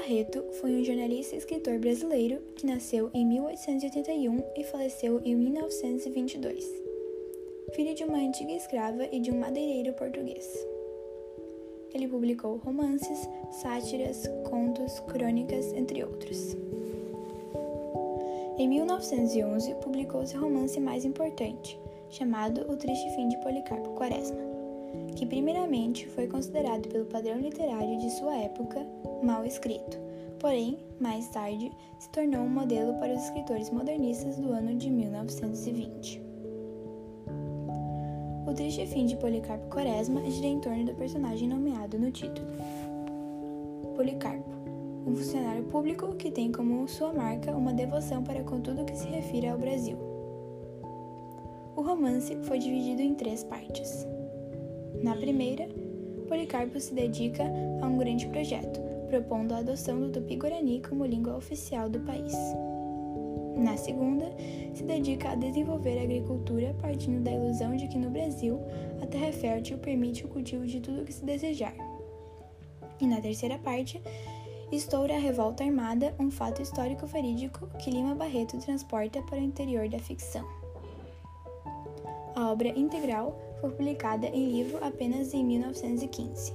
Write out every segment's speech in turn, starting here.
Barreto foi um jornalista e escritor brasileiro que nasceu em 1881 e faleceu em 1922, filho de uma antiga escrava e de um madeireiro português. Ele publicou romances, sátiras, contos, crônicas, entre outros. Em 1911, publicou seu romance mais importante, chamado O Triste Fim de Policarpo Quaresma, que primeiramente foi considerado pelo padrão literário de sua época mal escrito, porém, mais tarde, se tornou um modelo para os escritores modernistas do ano de 1920. O Triste Fim de Policarpo Quaresma gira em torno do personagem nomeado no título. Policarpo, um funcionário público que tem como sua marca uma devoção para com tudo que se refira ao Brasil. O romance foi dividido em 3 partes. Na primeira, Policarpo se dedica a um grande projeto, propondo a adoção do Tupi-Guarani como língua oficial do país. Na segunda, se dedica a desenvolver a agricultura partindo da ilusão de que no Brasil a terra fértil permite o cultivo de tudo o que se desejar. E na terceira parte, estoura a revolta armada, um fato histórico verídico que Lima Barreto transporta para o interior da ficção. A obra integral foi publicada em livro apenas em 1915.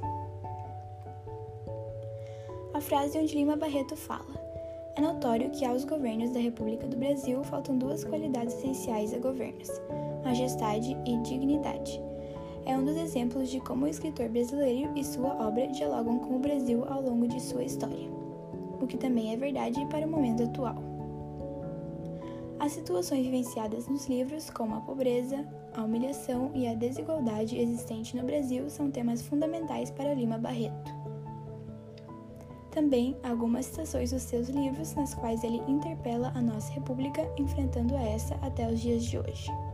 A frase onde Lima Barreto fala: "É notório que aos governos da República do Brasil faltam 2 qualidades essenciais a governos, majestade e dignidade." É um dos exemplos de como o escritor brasileiro e sua obra dialogam com o Brasil ao longo de sua história, o que também é verdade para o momento atual. As situações vivenciadas nos livros, como a pobreza, a humilhação e a desigualdade existente no Brasil, são temas fundamentais para Lima Barreto. Também algumas citações dos seus livros nas quais ele interpela a nossa República, enfrentando essa até os dias de hoje.